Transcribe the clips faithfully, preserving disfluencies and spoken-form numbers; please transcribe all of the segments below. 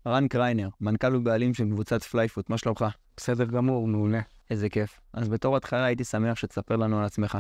רן קריינר, מנכ"ל ובעלים של קבוצת פלייפוט, מה שלומך? בסדר גמור, מעולה. איזה כיף. אז בתור התחלה הייתי שמח שתספר לנו על עצמך.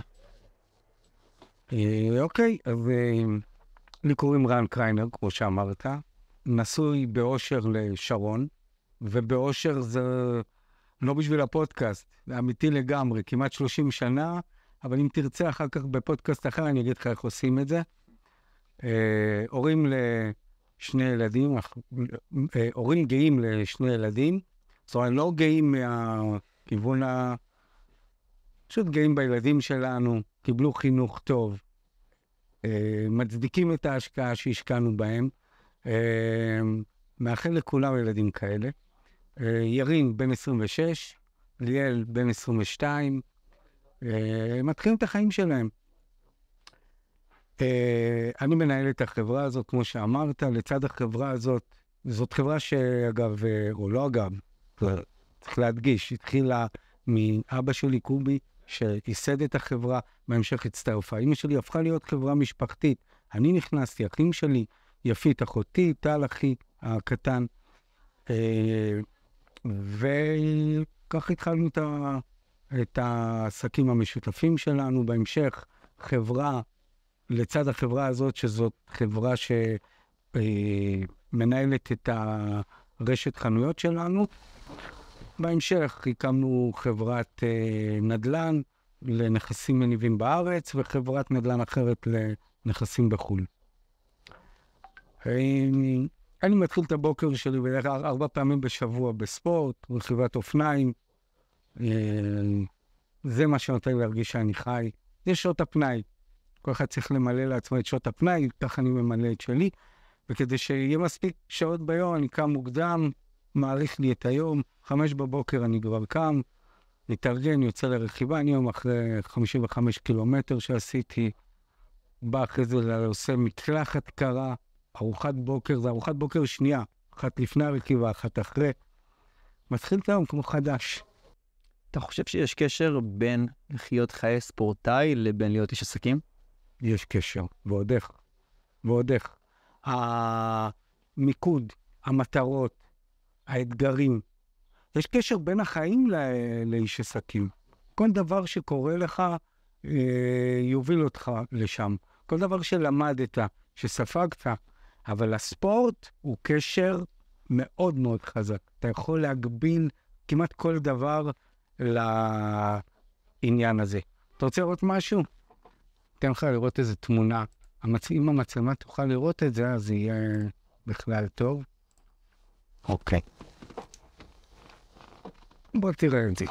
אה, אוקיי, אז אה, לי קוראים רן קריינר, כמו שאמרת. נשוי באושר לשרון, ובאושר זה לא בשביל הפודקאסט, זה אמיתי לגמרי, כמעט שלושים שנה, אבל אם תרצה אחר כך בפודקאסט אחר, אני אגיד לך איך עושים את זה. אה, הורים לשני ילדים, אה, הורים גאים לשני ילדים, זאת אומרת, לא גאים מהכיוון ה... פשוט גאים בילדים שלנו, קיבלו חינוך טוב, אה, מצדיקים את ההשקעה שהשקענו בהם, אה, מאחל לכולם ילדים כאלה. אה, ירין בן עשרים ושש, ליאל בן עשרים ושתיים, אה, מתחילים את החיים שלהם. אה, אני מנהל את החברה הזאת, כמו שאמרת, לצד החברה הזאת, זאת חברה שאגב, אה, או לא אגב, צריך להדגיש, התחילה מאבא שלי קובי, שייסד את החברה, בהמשך הצטרפה. אמא שלי הפכה להיות חברה משפחתית. אני נכנסתי, אחים שלי, יפית אחותי, טל אחי הקטן, וכך התחלנו את, ה... את העסקים המשותפים שלנו. בהמשך חברה, לצד החברה הזאת, שזאת חברה שמנהלת את הרשת חנויות שלנו, בהמשך הקמנו חברת אה, נדל"ן לנכסים מניבים בארץ, וחברת נדל"ן אחרת לנכסים בחו"ל. אה, אני מתחיל את הבוקר שלי בדרך כלל ארבע פעמים בשבוע בספורט, רכיבת אופניים. אה, זה מה שנותן להרגיש שאני חי. זה שעות הפנאי. כל אחד צריך למלא לעצמו את שעות הפנאי, כך אני ממלא את שלי. וכדי שיהיה מספיק שעות ביום, אני קם מוקדם, מעריך לי את היום, חמש בבוקר אני כבר קם, מתארגן, יוצא לרכיבה, אני היום אחרי חמישים וחמישה קילומטר שעשיתי, בא אחרי זה לעושה מקלחת קרה, ארוחת בוקר, זה ארוחת בוקר שנייה, אחת לפני הרכיבה, אחת אחרי, מתחיל את היום כמו חדש. אתה חושב שיש קשר בין לחיות חיי ספורטאי לבין להיות איש עסקים? יש קשר, ועוד איך, ועוד איך. המיקוד, המטרות, האתגרים. יש קשר בין החיים לא, לאיש עסקים. כל דבר שקורה לך אה, יוביל אותך לשם. כל דבר שלמדת, שספגת. אבל הספורט הוא קשר מאוד מאוד חזק. אתה יכול להגביל כמעט כל דבר לעניין הזה. אתה רוצה לראות משהו? תן לך לראות איזו תמונה. המצ... אם המצלמה תוכל לראות את זה, אז יהיה בכלל טוב. אוקיי. בוא תראה את זה.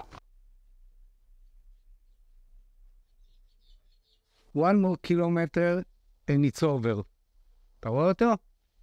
One more kilometer and it's over. אתה רואה אותו?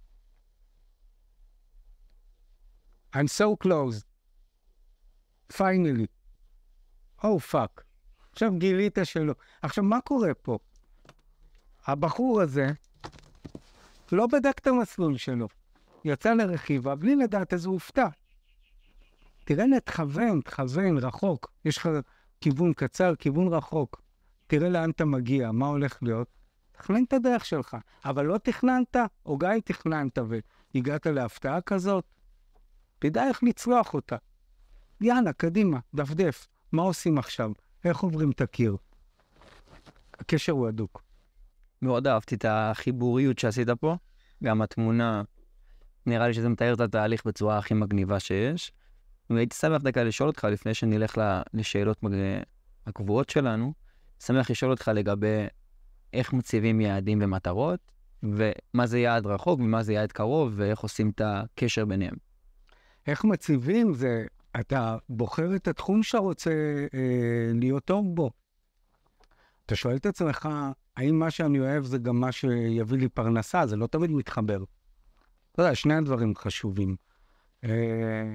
I'm so close. Finally. Oh fuck. עכשיו גילית שלו. עכשיו מה קורה פה? הבחור הזה לא בדק את המסלול שלו. יצא לרכיבה בלי לדעת איזה הופתע. תראה, תכוון, תכוון, רחוק. יש לך כיוון קצר, כיוון רחוק. תראה לאן אתה מגיע, מה הולך להיות. תכנן את הדרך שלך. אבל לא תכננת, או גיא תכננת והגעת להפתעה כזאת, תדע איך לצלוח אותה. יאללה, קדימה, דפדף. מה עושים עכשיו? איך עוברים את הקיר? הקשר הוא הדוק. מאוד אהבתי את החיבוריות שעשית פה. גם התמונה, נראה לי שזה מתאר את התהליך בצורה הכי מגניבה שיש. והייתי שמח דקה לשאול אותך, לפני שנלך לשאלות הקבועות שלנו, שמח לשאול אותך לגבי איך מציבים יעדים ומטרות, ומה זה יעד רחוק ומה זה יעד קרוב, ואיך עושים את הקשר ביניהם. איך מציבים זה, אתה בוחר את התחום שאתה רוצה אה, להיות טוב בו. אתה שואל את עצמך, האם מה שאני אוהב זה גם מה שיביא לי פרנסה? זה לא תמיד מתחבר. אתה יודע, שני הדברים חשובים. אה,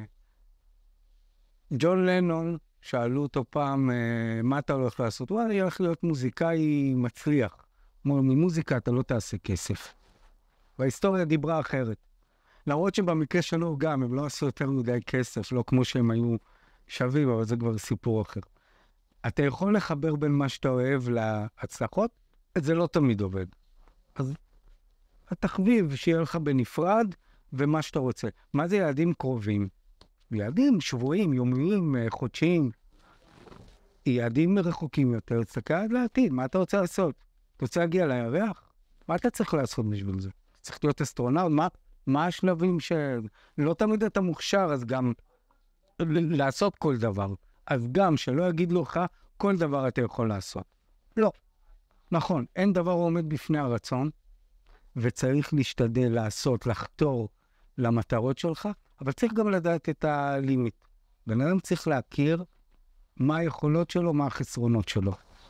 ג'ון לנון, שאלו אותו פעם, אה, מה אתה הולך לעשות? הוא היה הולך להיות מוזיקאי מצליח. כמו, ממוזיקה אתה לא תעשה כסף. וההיסטוריה דיברה אחרת. למרות שבמקרה שלו גם, הם לא עשו יותר מדי כסף, לא כמו שהם היו שווים, אבל זה כבר סיפור אחר. אתה יכול לחבר בין מה שאתה אוהב להצלחות, זה לא תמיד עובד. אז התחביב שיהיה לך בנפרד, ומה שאתה רוצה. מה זה יעדים קרובים? יעדים שבועים, יומיים, חודשיים. יעדים רחוקים יותר, תסתכל עד לעתיד, מה אתה רוצה לעשות? אתה רוצה להגיע לירח? מה אתה צריך לעשות בשביל זה? צריך להיות אסטרונאוט? מה, מה השלבים ש... לא תמיד אתה מוכשר, אז גם לעשות כל דבר. אז גם שלא יגידו לך, כל דבר אתה יכול לעשות. לא. נכון, אין דבר עומד בפני הרצון, וצריך להשתדל לעשות, לחתור למטרות שלך, אבל צריך גם לדעת את הלימיט. בן אדם צריך להכיר מה היכולות שלו, מה החסרונות שלו.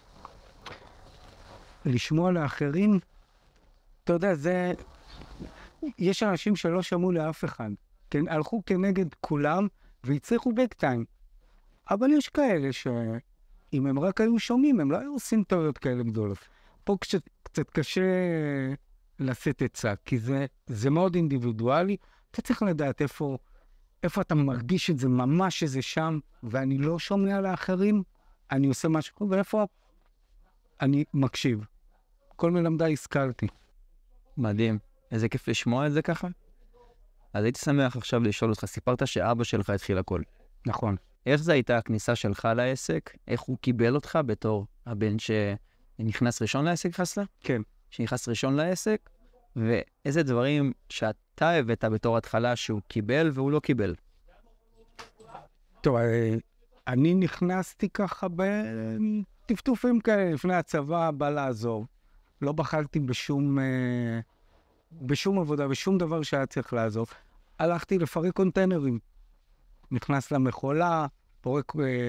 לשמוע לאחרים, אתה יודע, זה... יש אנשים שלא שמעו לאף אחד, כן, הלכו כנגד כולם והצליחו ביג טיים. אבל יש כאלה שאם הם רק היו שומעים, הם לא היו עושים טעויות כאלה גדולות. פה קצת, קצת קשה לשאת עצה, כי זה, זה מאוד אינדיבידואלי. אתה צריך לדעת איפה, איפה אתה מרגיש את זה, ממש שזה שם, ואני לא שומע לאחרים, אני עושה משהו, ואיפה אני מקשיב. כל מלמדה השכלתי. מדהים. איזה כיף לשמוע את זה ככה. אז הייתי שמח עכשיו לשאול אותך, סיפרת שאבא שלך התחיל הכל. נכון. איך זה הייתה הכניסה שלך לעסק? איך הוא קיבל אותך בתור הבן שנכנס ראשון לעסק, חסלה? כן. שנכנס ראשון לעסק? ואיזה דברים שאתה הבאת בתור התחלה שהוא קיבל והוא לא קיבל? טוב, אני נכנסתי ככה בטפטופים כאלה לפני הצבא, בא לעזור. לא בחלתי בשום, בשום עבודה, בשום דבר שהיה צריך לעזור. הלכתי לפרק קונטיינרים. נכנס למחולה, פורק,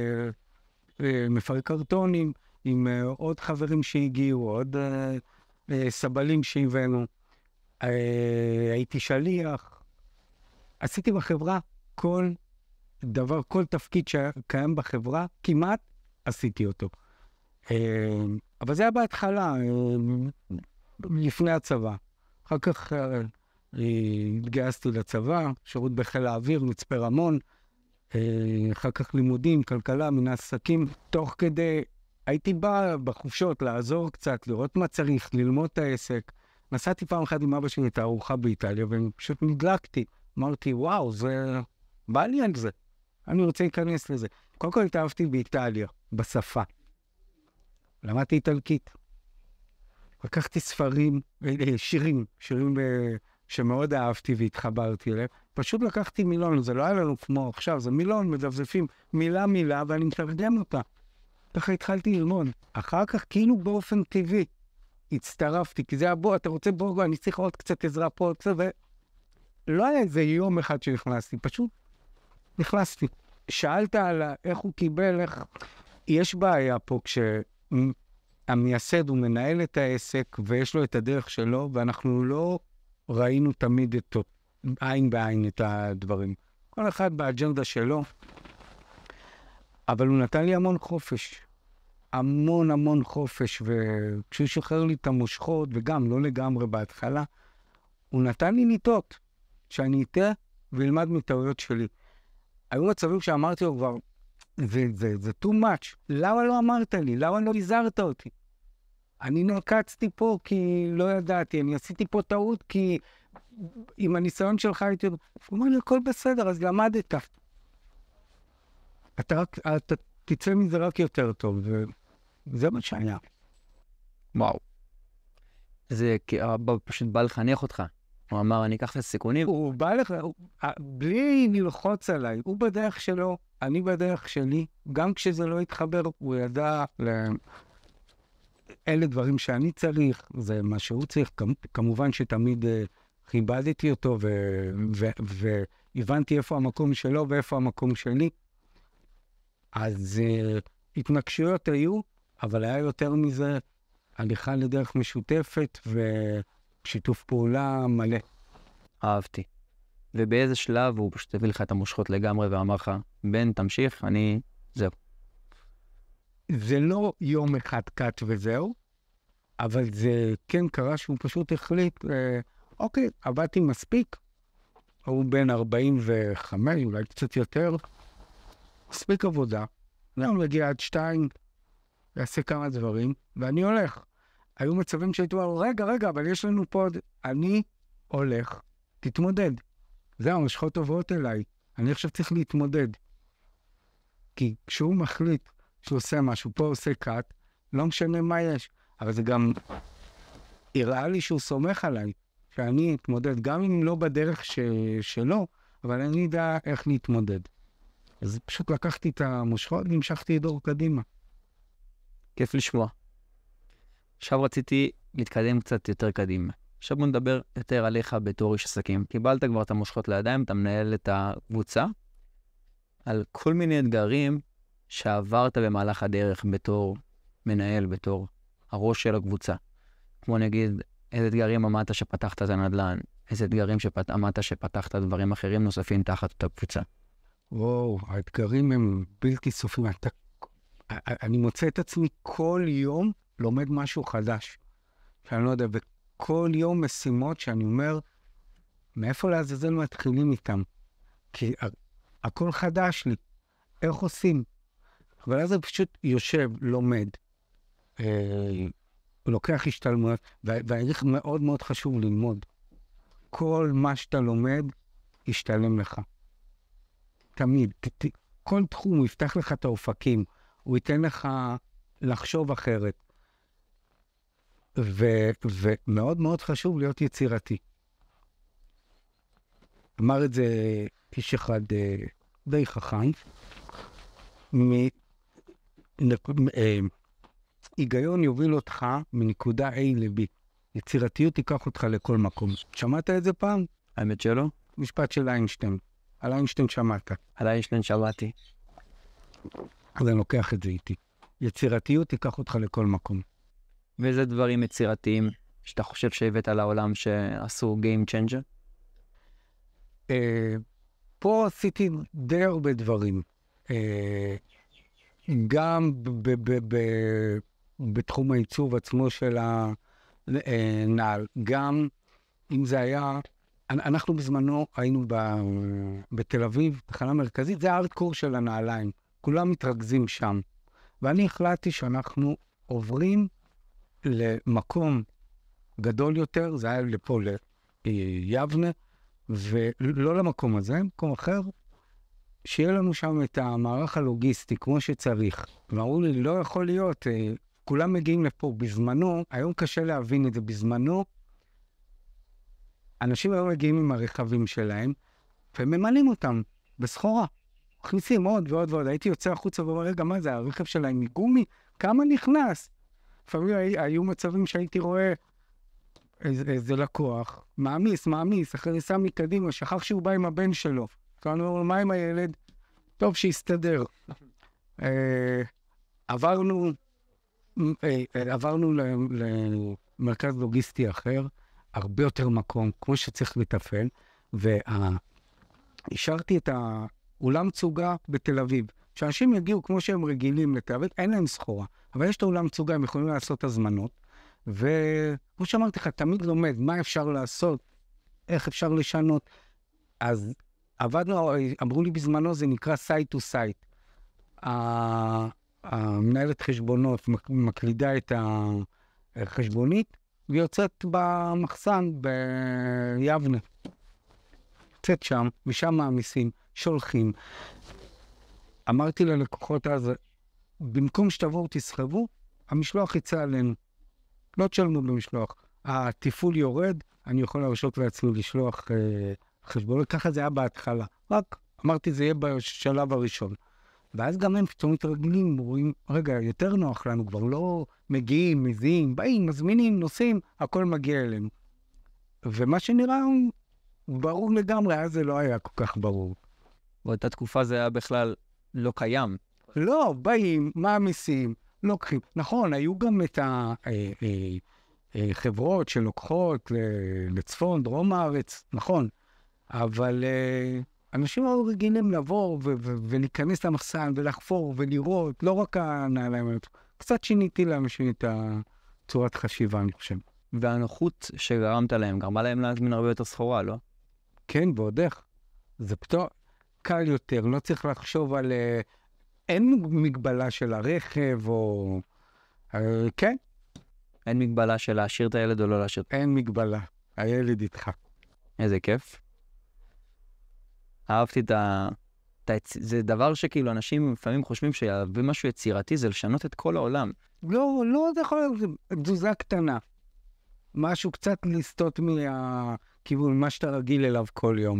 מפרק קרטונים, עם עוד חברים שהגיעו, עוד סבלים שהבאנו. הייתי שליח. עשיתי בחברה כל דבר, כל תפקיד שקיים בחברה, כמעט עשיתי אותו. אבל זה היה בהתחלה, לפני הצבא. אחר כך התגייסתי לצבא, שירות בחיל האוויר, מצפה רמון, אחר כך לימודים, כלכלה, מן העסקים. תוך כדי, הייתי בא בחופשות לעזור קצת, לראות מה צריך, ללמוד את העסק. נסעתי פעם אחת עם אבא שלי את הארוחה באיטליה, ופשוט נדלקתי. אמרתי, וואו, זה... בא לי על זה. אני רוצה להיכנס לזה. קודם כל התאהבתי באיטליה, בשפה. למדתי איטלקית. לקחתי ספרים, שירים, שירים שמאוד אהבתי והתחברתי אליהם. פשוט לקחתי מילון, זה לא היה לנו כמו עכשיו, זה מילון, מדפדפים מילה מילה, ואני מתרגם אותה. ככה התחלתי ללמוד. אחר כך, כאילו באופן טבעי, הצטרפתי, כי זה היה בוא, אתה רוצה בוא, אני צריך עוד קצת עזרה פה, עוד קצת, ולא היה איזה יום אחד שנכנסתי, פשוט נכנסתי. שאלת על איך הוא קיבל, איך... יש בעיה פה כשהמייסד הוא מנהל את העסק, ויש לו את הדרך שלו, ואנחנו לא ראינו תמיד את עין בעין את הדברים. כל אחד באג'נדה שלו, אבל הוא נתן לי המון חופש. המון המון חופש, וכשהוא שחרר לי את המושכות, וגם לא לגמרי בהתחלה, הוא נתן לי ניטות, שאני איתה וילמד מטעויות שלי. היו מצבים שאמרתי לו כבר, זה, זה, זה too much, למה לא אמרת לי? למה לא הזהרת אותי? אני נלקצתי פה כי לא ידעתי, אני עשיתי פה טעות כי עם הניסיון שלך הייתי... הוא אומר לי, הכל בסדר, אז למדת. אתה רק, אתה תצא מזה רק יותר טוב, וזה מה שהיה. וואו. זה אבא פשוט בא לחנך אותך. הוא אמר, אני אקח את הסיכונים. הוא בא לך, הוא, בלי ללחוץ עליי, הוא בדרך שלו, אני בדרך שלי, גם כשזה לא התחבר, הוא ידע, ל... אלה דברים שאני צריך, זה מה שהוא צריך, כמובן שתמיד כיבדתי אותו, והבנתי איפה המקום שלו ואיפה המקום שלי. אז התנגשויות היו, אבל היה יותר מזה, הליכה לדרך משותפת ושיתוף פעולה מלא. אהבתי. ובאיזה שלב הוא פשוט הביא לך את המושכות לגמרי ואמר לך, בן, תמשיך, אני... זהו. זה לא יום אחד קט וזהו, אבל זה כן קרה שהוא פשוט החליט, אה, אוקיי, עבדתי מספיק, הוא בן ארבעים וחמש, אולי קצת יותר, מספיק עבודה, אני מגיע עד שתיים, יעשה כמה דברים, ואני הולך. היו מצבים שהייתי אומר, רגע, רגע, אבל יש לנו פה עוד, אני הולך, תתמודד. זהו, המשכות עוברות אליי. אני עכשיו צריך להתמודד. כי כשהוא מחליט שהוא עושה משהו, פה עושה קאט, לא משנה מה יש. אבל זה גם הראה לי שהוא סומך עליי, שאני אתמודד, גם אם לא בדרך ש... שלו, אבל אני יודע איך להתמודד. אז פשוט לקחתי את המושכות והמשכתי דור קדימה. כיף לשמוע. עכשיו רציתי להתקדם קצת יותר קדימה. עכשיו בוא נדבר יותר עליך בתור איש עסקים. קיבלת כבר את המושכות לידיים, אתה מנהל את הקבוצה, על כל מיני אתגרים שעברת במהלך הדרך בתור מנהל, בתור הראש של הקבוצה. כמו נגיד, איזה אתגרים עמדת שפתחת את הנדל"ן, איזה אתגרים עמדת שפתחת דברים אחרים נוספים תחת את הקבוצה. וואו, האתגרים הם בלתי סופיים. אתה... אני מוצא את עצמי כל יום לומד משהו חדש. שאני לא יודע, וכל יום משימות שאני אומר, מאיפה לעזאזל מתחילים איתם? כי הכל חדש לי. איך עושים? אבל אז אני פשוט יושב, לומד, אה, לוקח השתלמויות, והעריך מאוד מאוד חשוב ללמוד. כל מה שאתה לומד, ישתלם לך. תמיד. ת, כל תחום הוא יפתח לך את האופקים, הוא ייתן לך לחשוב אחרת. ו, ומאוד מאוד חשוב להיות יצירתי. אמר את זה איש אחד אה, די חכם, מ... היגיון יוביל אותך מנקודה A ל-B. יצירתיות תיקח אותך לכל מקום. שמעת את זה פעם? האמת שלא? משפט של איינשטיין. על איינשטיין שמעת. על איינשטיין שמעתי. אז אני לוקח את זה איתי. יצירתיות תיקח אותך לכל מקום. ואיזה דברים יצירתיים שאתה חושב שהבאת לעולם שעשו Game Changer? אה, פה עשיתי די הרבה דברים. אה, גם ב- ב- ב- בתחום העיצוב עצמו של הנעל, גם אם זה היה, אנחנו בזמנו היינו ב- בתל אביב, תחנה מרכזית, זה הארדקור של הנעליים, כולם מתרכזים שם, ואני החלטתי שאנחנו עוברים למקום גדול יותר, זה היה לפה ליבנה, ולא למקום הזה, מקום אחר, שיהיה לנו שם את המערך הלוגיסטי כמו שצריך. ואמרו לי, לא יכול להיות, כולם מגיעים לפה בזמנו, היום קשה להבין את זה, בזמנו, אנשים היום מגיעים עם הרכבים שלהם, וממלאים אותם בסחורה. מכניסים עוד ועוד ועוד. הייתי יוצא החוצה ואומר, רגע, מה זה, הרכב שלהם מגומי? כמה נכנס? לפעמים היו מצבים שהייתי רואה איזה, איזה לקוח, מעמיס, מעמיס, אחרי שם מקדימה, שכח שהוא בא עם הבן שלו. קראנו, מה עם הילד? טוב, שיסתדר. עברנו, עברנו למרכז לוגיסטי אחר, הרבה יותר מקום, כמו שצריך לתפעל, והשארתי את האולם צוגה בתל אביב. שאנשים יגיעו כמו שהם רגילים לתל אביב, אין להם סחורה, אבל יש את האולם צוגה, הם יכולים לעשות הזמנות, וכמו שאמרתי לך, תמיד לומד מה אפשר לעשות, איך אפשר לשנות. אז עבדנו, אמרו לי בזמנו, זה נקרא site to site. המנהלת חשבונות מקלידה את החשבונית, ויוצאת במחסן ביבנה. יוצאת שם, משם מעמיסים, שולחים. אמרתי ללקוחות אז, במקום שתבואו תסחבו, המשלוח יצא עלינו. לא תשלמו במשלוח. התפעול יורד, אני יכול להרשות לעצמי לשלוח אה, חשבונות, ככה זה היה בהתחלה. רק אמרתי, זה יהיה בשלב הראשון. ואז גם הם פתאום מתרגלים, רואים, רגע, יותר נוח לנו, כבר לא מגיעים, מזיעים, באים, מזמינים, נוסעים, הכל מגיע אלינו. ומה שנראה ברור לגמרי, אז זה לא היה כל כך ברור. באותה תקופה זה היה בכלל לא קיים. לא, באים, מעמיסים, לוקחים. נכון, היו גם את החברות שלוקחות לצפון, דרום הארץ, נכון. אבל אנשים היו רגילים לבוא ולהיכנס למחסן ולחפור ולראות, לא רק הנעליים, קצת שיניתי לאנשים את צורת חשיבה, אני חושב. והנוחות שגרמת להם, גרמה להם להזמין הרבה יותר סחורה, לא? כן, ועוד איך. זה פתאום קל יותר, לא צריך לחשוב על... אין מגבלה של הרכב או... כן. אין מגבלה של להשאיר את הילד או לא להשאיר? אין מגבלה. הילד איתך. איזה כיף. אהבתי את ה... את ה... זה דבר שכאילו אנשים לפעמים חושבים שלהביא משהו יצירתי זה לשנות את כל העולם. לא, לא, זה יכול להיות תזוזה קטנה. משהו קצת לסטות מהכיוון, מה שאתה רגיל אליו כל יום.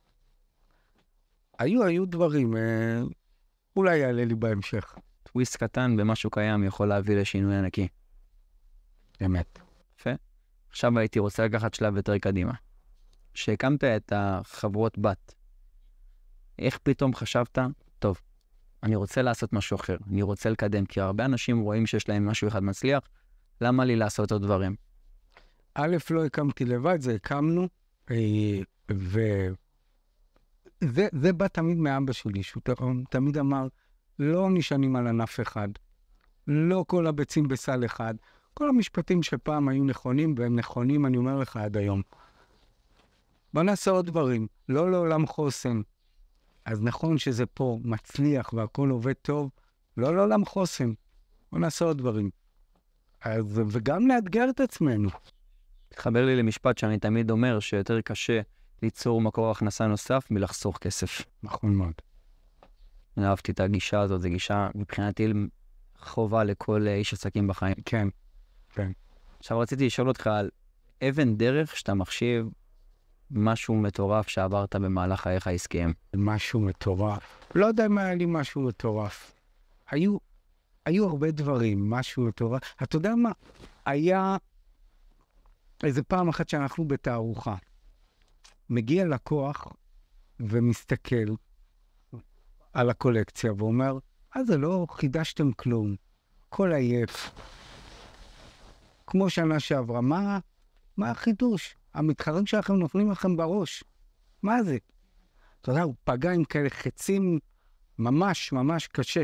היו, היו דברים, אה, אולי יעלה לי בהמשך. טוויסט קטן במשהו קיים יכול להביא לשינוי ענקי. אמת. יפה. עכשיו הייתי רוצה לקחת שלב יותר קדימה. שהקמת את החברות בת. איך פתאום חשבת, טוב, אני רוצה לעשות משהו אחר, אני רוצה לקדם, כי הרבה אנשים רואים שיש להם משהו אחד מצליח, למה לי לעשות עוד דברים? א', לא הקמתי לבד, זה הקמנו, וזה זה בא תמיד מאבא שלי, שהוא תמיד אמר, לא נשענים על ענף אחד, לא כל הביצים בסל אחד, כל המשפטים שפעם היו נכונים, והם נכונים, אני אומר לך עד היום. בוא נעשה עוד דברים, לא לעולם חוסן. אז נכון שזה פה מצליח והכל עובד טוב, לא לעולם חוסן. בוא נעשה עוד דברים. אז, וגם לאתגר את עצמנו. תחבר לי למשפט שאני תמיד אומר שיותר קשה ליצור מקור הכנסה נוסף מלחסוך כסף. נכון מאוד. אני אהבתי את הגישה הזאת, זו גישה מבחינתי חובה לכל איש עסקים בחיים. כן, כן. עכשיו רציתי לשאול אותך על אבן דרך שאתה מחשיב משהו מטורף שעברת במהלך חייך העסקיים. משהו מטורף. לא יודע אם היה לי משהו מטורף. היו, היו הרבה דברים, משהו מטורף. אתה יודע מה? היה איזה פעם אחת שאנחנו בתערוכה. מגיע לקוח ומסתכל על הקולקציה ואומר, אז זה לא חידשתם כלום. כל עייף. כמו שנה שעברה. מה, מה החידוש? המתחרים שלכם נופלים לכם בראש. מה זה? אתה יודע, הוא פגע עם כאלה חצים ממש ממש קשה.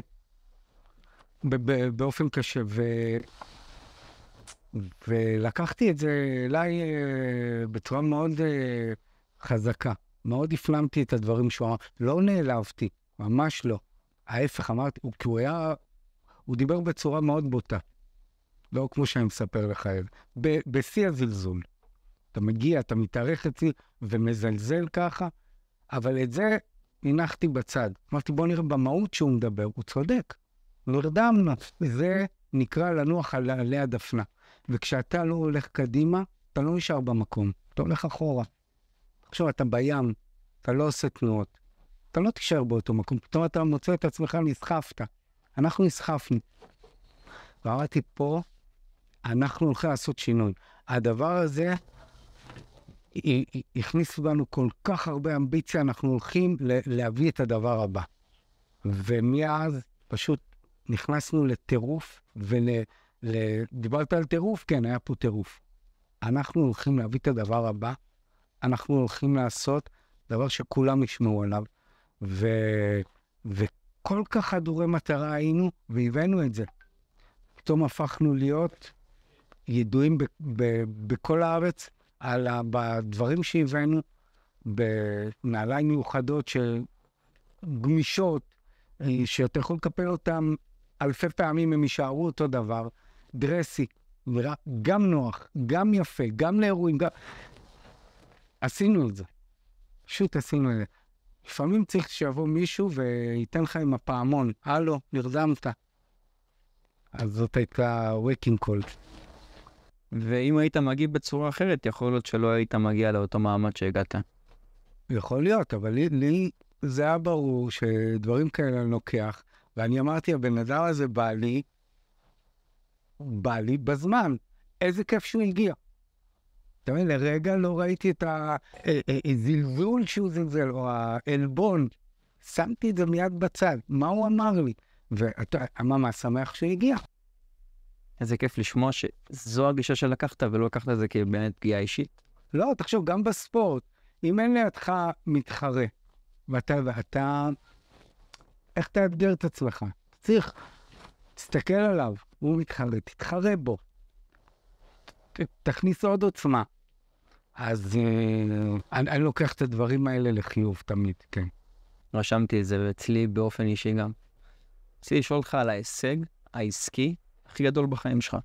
באופן קשה. ו... ולקחתי את זה אליי בצורה מאוד חזקה. מאוד הפנמתי את הדברים שהוא אמר. לא נעלבתי, ממש לא. ההפך, אמרתי, כי הוא היה... הוא דיבר בצורה מאוד בוטה. לא כמו שאני מספר לך. בשיא הזלזול. אתה מגיע, אתה מתארך אצלי ומזלזל ככה, אבל את זה הנחתי בצד. אמרתי, בוא נראה במהות שהוא מדבר, הוא צודק. נרדמנו. זה נקרא לנוח על עלי הדפנה. וכשאתה לא הולך קדימה, אתה לא נשאר במקום. אתה הולך אחורה. עכשיו, אתה בים, אתה לא עושה תנועות. אתה לא תישאר באותו מקום. פתאום אתה מוצא את עצמך, נסחפת. אנחנו נסחפנו. ואמרתי, פה אנחנו הולכים לעשות שינוי. הדבר הזה הכניס בנו כל כך הרבה אמביציה, אנחנו הולכים להביא את הדבר הבא. ומאז פשוט נכנסנו לטירוף, ודיברת על טירוף, כן, היה פה טירוף. אנחנו הולכים להביא את הדבר הבא, אנחנו הולכים לעשות דבר שכולם ישמעו עליו, ו... וכל כך חדורי מטרה היינו, והבאנו את זה. פתאום הפכנו להיות ידועים ב... ב... בכל הארץ, על ה... בדברים שהבאנו, בנעליים מיוחדות שגמישות, שאתה יכול לקפל אותם אלפי פעמים, הם יישארו אותו דבר, דרסי, גם נוח, גם יפה, גם לאירועים, גם... עשינו את זה. פשוט עשינו את זה. לפעמים צריך שיבוא מישהו וייתן לך עם הפעמון, הלו, נרדמת. אז זאת הייתה waking call. ואם היית מגיב בצורה אחרת, יכול להיות שלא היית מגיע לאותו מעמד שהגעת. יכול להיות, אבל לי, לי זה היה ברור שדברים כאלה אני לוקח, ואני אמרתי, הבן אדם הזה בא לי, בא לי בזמן. איזה כיף שהוא הגיע. אתה מבין, לרגע לא ראיתי את הזלזול שהוא זלזל, או האלבון. שמתי את זה מיד בצד. מה הוא אמר לי? ואתה, מה, שמח שהגיע. איזה כיף לשמוע שזו הגישה שלקחת, ולא לקחת את זה כבאמת פגיעה אישית. לא, תחשוב, גם בספורט, אם אין לידך מתחרה, ואתה, ואתה, איך תאתגר את עצמך? צריך, תסתכל עליו, הוא מתחרה, תתחרה בו. ת, תכניס עוד עוצמה. אז אה, אני, אני לוקח את הדברים האלה לחיוב תמיד, כן. רשמתי את זה אצלי באופן אישי גם. רציתי לשאול אותך על ההישג העסקי הכי גדול בחיים שלך.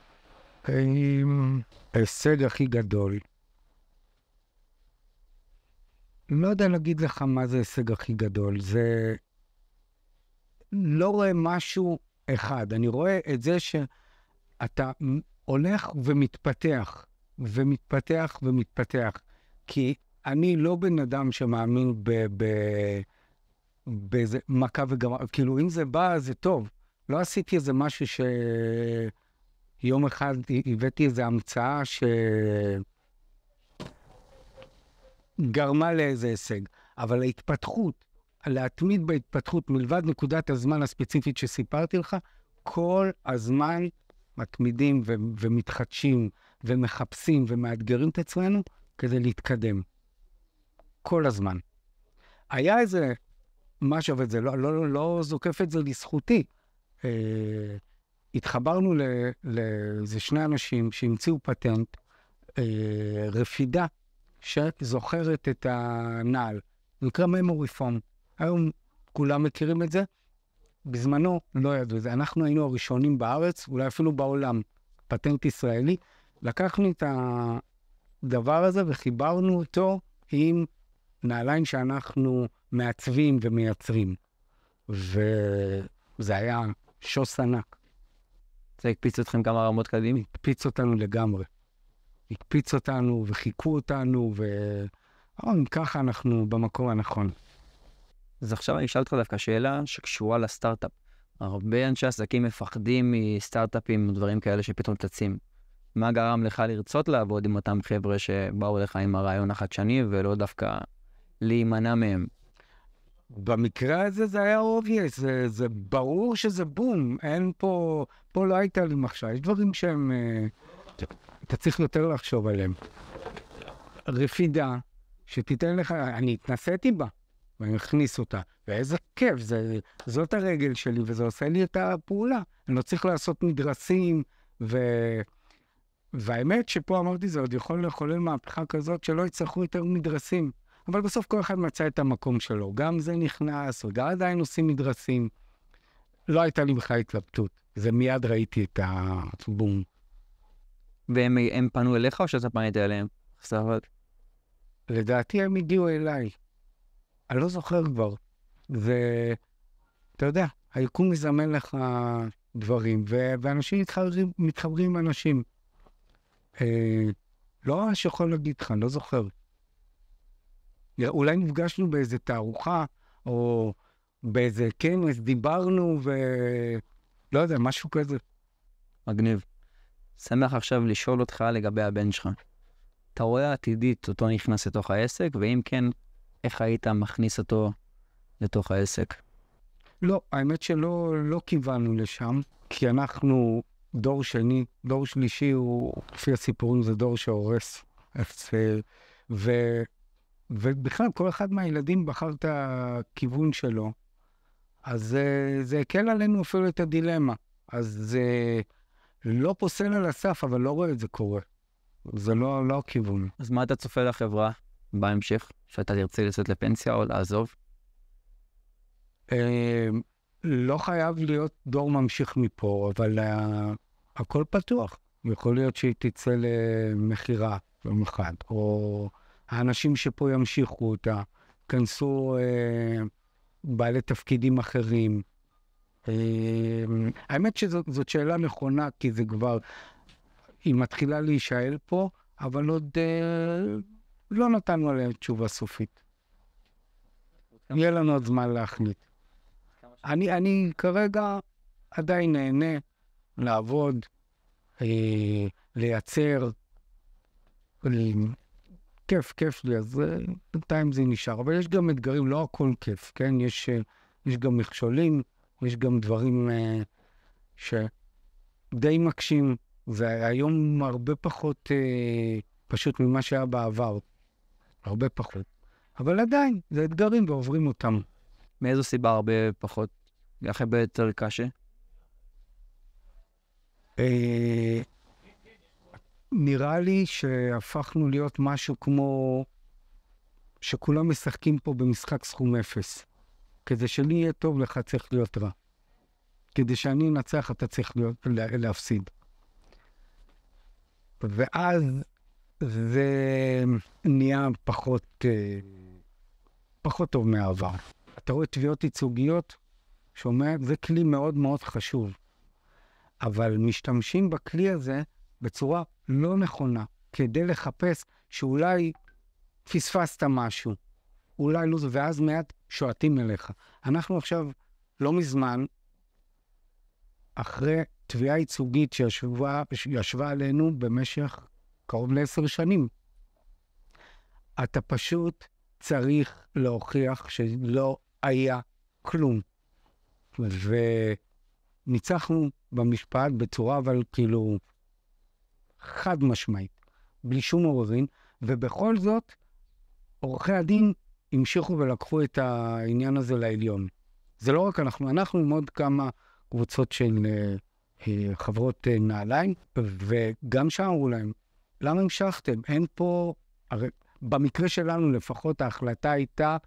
ההישג הכי גדול. לא יודע להגיד לך מה זה הישג הכי גדול. זה... לא רואה משהו אחד. אני רואה את זה שאתה הולך ומתפתח, ומתפתח ומתפתח. כי אני לא בן אדם שמאמין ב... ב... באיזה מכה וגמר. כאילו, אם זה בא, זה טוב. לא עשיתי איזה משהו שיום אחד הבאתי איזו המצאה שגרמה לאיזה הישג. אבל ההתפתחות, להתמיד בהתפתחות, מלבד נקודת הזמן הספציפית שסיפרתי לך, כל הזמן מתמידים ו- ומתחדשים ומחפשים ומאתגרים את עצמנו כדי להתקדם. כל הזמן. היה איזה משהו, אבל זה לא, לא, לא זוקף את זה לזכותי. אה, התחברנו לאיזה שני אנשים שהמציאו פטנט, אה, רפידה שזוכרת את הנעל. זה נקרא memory foam. היום כולם מכירים את זה. בזמנו לא ידעו את זה. אנחנו היינו הראשונים בארץ, אולי אפילו בעולם, פטנט ישראלי. לקחנו את הדבר הזה וחיברנו אותו עם נעליים שאנחנו מעצבים ומייצרים. וזה היה שוס ענק. זה הקפיץ אתכם כמה רמות קדימה? הקפיץ אותנו לגמרי. הקפיץ אותנו וחיכו אותנו, ו... או, ככה אנחנו במקום הנכון. אז עכשיו אני אשאל אותך דווקא שאלה שקשורה לסטארט-אפ. הרבה אנשי עסקים מפחדים מסטארט-אפים ודברים כאלה שפתאום תצים. מה גרם לך לרצות לעבוד עם אותם חבר'ה שבאו לך עם הרעיון החדשני ולא דווקא להימנע מהם? במקרה הזה זה היה obvious, זה, זה ברור שזה בום, אין פה, פה לא הייתה לי מחשבה, יש דברים שהם, אתה צריך יותר לחשוב עליהם. רפידה, שתיתן לך, אני התנסיתי בה, ואני מכניס אותה, ואיזה כיף, זה, זאת הרגל שלי, וזה עושה לי את הפעולה. אני לא צריך לעשות מדרסים, ו... והאמת שפה אמרתי, זה עוד יכול לחולל מהפכה כזאת, שלא יצטרכו יותר מדרסים. אבל בסוף כל אחד מצא את המקום שלו. גם זה נכנס, וגם עדיין עושים מדרסים. לא הייתה לי בכלל התלבטות. זה מיד ראיתי את הבום. והם הם פנו אליך או שאתה פנית אליהם? סבבה. לדעתי הם הגיעו אליי. אני לא זוכר כבר. זה, אתה יודע, היקום מזמן לך דברים, ו- ואנשים מתחברים, מתחברים עם אנשים. אה, לא ממש יכול להגיד לך, לא זוכר. אולי נפגשנו באיזה תערוכה, או באיזה כנס, דיברנו, ולא יודע, משהו כזה. מגניב. שמח עכשיו לשאול אותך לגבי הבן שלך. אתה רואה עתידית אותו נכנס לתוך העסק, ואם כן, איך היית מכניס אותו לתוך העסק? לא, האמת שלא לא כיוונו לשם, כי אנחנו דור שני, דור שלישי, הוא, לפי הסיפורים, זה דור שהורס. ו... ובכלל, כל אחד מהילדים בחר את הכיוון שלו, אז זה, זה הקל עלינו אפילו את הדילמה. אז זה לא פוסל על הסף, אבל לא רואה את זה קורה. זה לא, לא הכיוון. אז מה אתה צופה לחברה בהמשך? שאתה תרצה לצאת לפנסיה או לעזוב? אה, לא חייב להיות דור ממשיך מפה, אבל אה, הכל פתוח. יכול להיות שהיא תצא למחירה יום אחד, או האנשים שפה ימשיכו אותה, כנסו אה, בעלי תפקידים אחרים. אה, האמת שזאת שאלה נכונה, כי זה כבר, היא מתחילה להישאל פה, אבל עוד אה, לא נתנו עליה תשובה סופית. יהיה לנו עוד זמן להחליט. אני, אני כרגע עדיין נהנה לעבוד, אה, לייצר, אה, כיף, כיף לי, אז בינתיים זה נשאר. אבל יש גם אתגרים, לא הכל כיף, כן? יש, יש גם מכשולים, יש גם דברים אה, שדי מקשים. זה היום הרבה פחות אה, פשוט ממה שהיה בעבר. הרבה פחות. אבל עדיין, זה אתגרים ועוברים אותם. מאיזו סיבה הרבה פחות? איך הרבה יותר קשה? אה, נראה לי שהפכנו להיות משהו כמו שכולם משחקים פה במשחק סכום אפס. כדי שלי יהיה טוב, לך צריך להיות רע. כדי שאני אנצח, אתה צריך להיות, להפסיד. ואז זה נהיה פחות, פחות טוב מהעבר. אתה רואה תביעות ייצוגיות, שומע, זה כלי מאוד מאוד חשוב. אבל משתמשים בכלי הזה בצורה לא נכונה, כדי לחפש שאולי פספסת משהו, אולי לא, ואז מעט שועטים אליך. אנחנו עכשיו, לא מזמן, אחרי תביעה ייצוגית שישבה, שישבה עלינו במשך קרוב לעשר שנים, אתה פשוט צריך להוכיח שלא היה כלום. וניצחנו במשפט בצורה אבל כאילו חד משמעית, בלי שום עוררין, ובכל זאת עורכי הדין המשיכו ולקחו את העניין הזה לעליון. זה לא רק אנחנו, אנחנו עם עוד כמה קבוצות של uh, חברות uh, נעליים, וגם שם אמרו להם, למה המשכתם? אין פה, הרי במקרה שלנו לפחות ההחלטה הייתה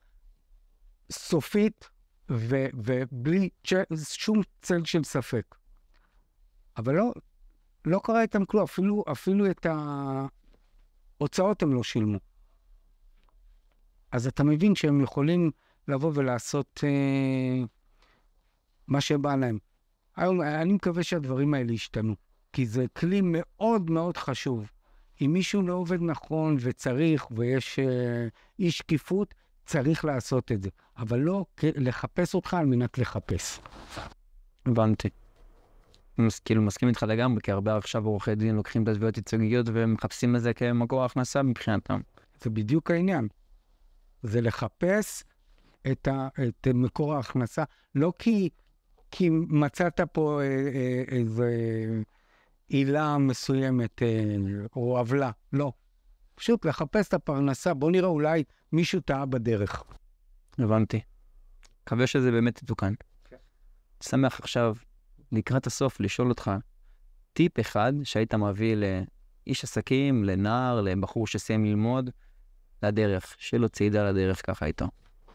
סופית, ו- ובלי שום צל של ספק. אבל לא, לא קרה איתם כלום, אפילו, אפילו את ההוצאות הם לא שילמו. אז אתה מבין שהם יכולים לבוא ולעשות אה, מה שבא להם. היום, אני מקווה שהדברים האלה ישתנו, כי זה כלי מאוד מאוד חשוב. אם מישהו לא עובד נכון וצריך, ויש אה, אי שקיפות, צריך לעשות את זה. אבל לא לחפש אותך על מנת לחפש. הבנתי. מס, כאילו מסכים איתך לגמרי, כי הרבה עכשיו עורכי דין לוקחים את התביעות ייצוגיות ומחפשים את זה כמקור הכנסה מבחינתם. זה בדיוק העניין. זה לחפש את, ה, את מקור ההכנסה, לא כי, כי מצאת פה אה, אה, איזו עילה מסוימת אה, או עוולה, לא. פשוט לחפש את הפרנסה, בוא נראה אולי מישהו טעה בדרך. הבנתי. מקווה שזה באמת יתוקן. Okay. שמח עכשיו לקראת הסוף לשאול אותך טיפ אחד שהיית מביא לאיש עסקים, לנער, לבחור שסיים ללמוד, לדרך, שלא צעידה לדרך ככה איתו.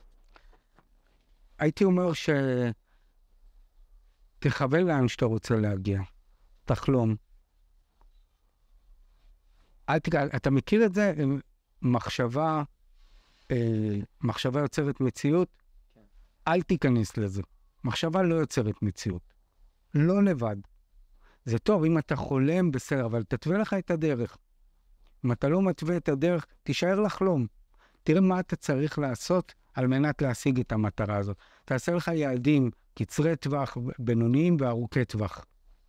הייתי אומר ש... תכוון לאן שאתה רוצה להגיע. תחלום. אל ת... אתה מכיר את זה? מחשבה, אה, מחשבה יוצרת מציאות? כן. אל תיכנס לזה. מחשבה לא יוצרת מציאות. לא לבד. זה טוב אם אתה חולם בסדר, אבל תתווה לך את הדרך. אם אתה לא מתווה את הדרך, תישאר לחלום. תראה מה אתה צריך לעשות על מנת להשיג את המטרה הזאת. תעשה לך יעדים קצרי טווח, בינוניים וארוכי טווח.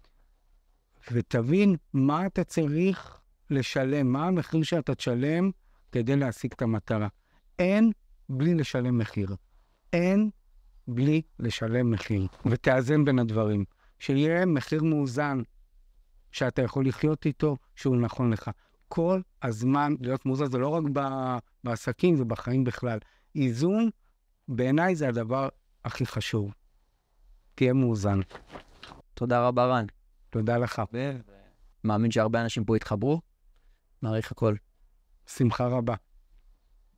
ותבין מה אתה צריך לשלם, מה המחיר שאתה תשלם כדי להשיג את המטרה. אין בלי לשלם מחיר. אין בלי לשלם מחיר. ותאזן בין הדברים. שיהיה מחיר מאוזן, שאתה יכול לחיות איתו, שהוא נכון לך. כל הזמן להיות מאוזן, זה לא רק בעסקים, זה בחיים בכלל. איזון, בעיניי זה הדבר הכי חשוב. תהיה מאוזן. תודה רבה רן. תודה לך. מאמין שהרבה אנשים פה התחברו. מעריך הכל. שמחה רבה.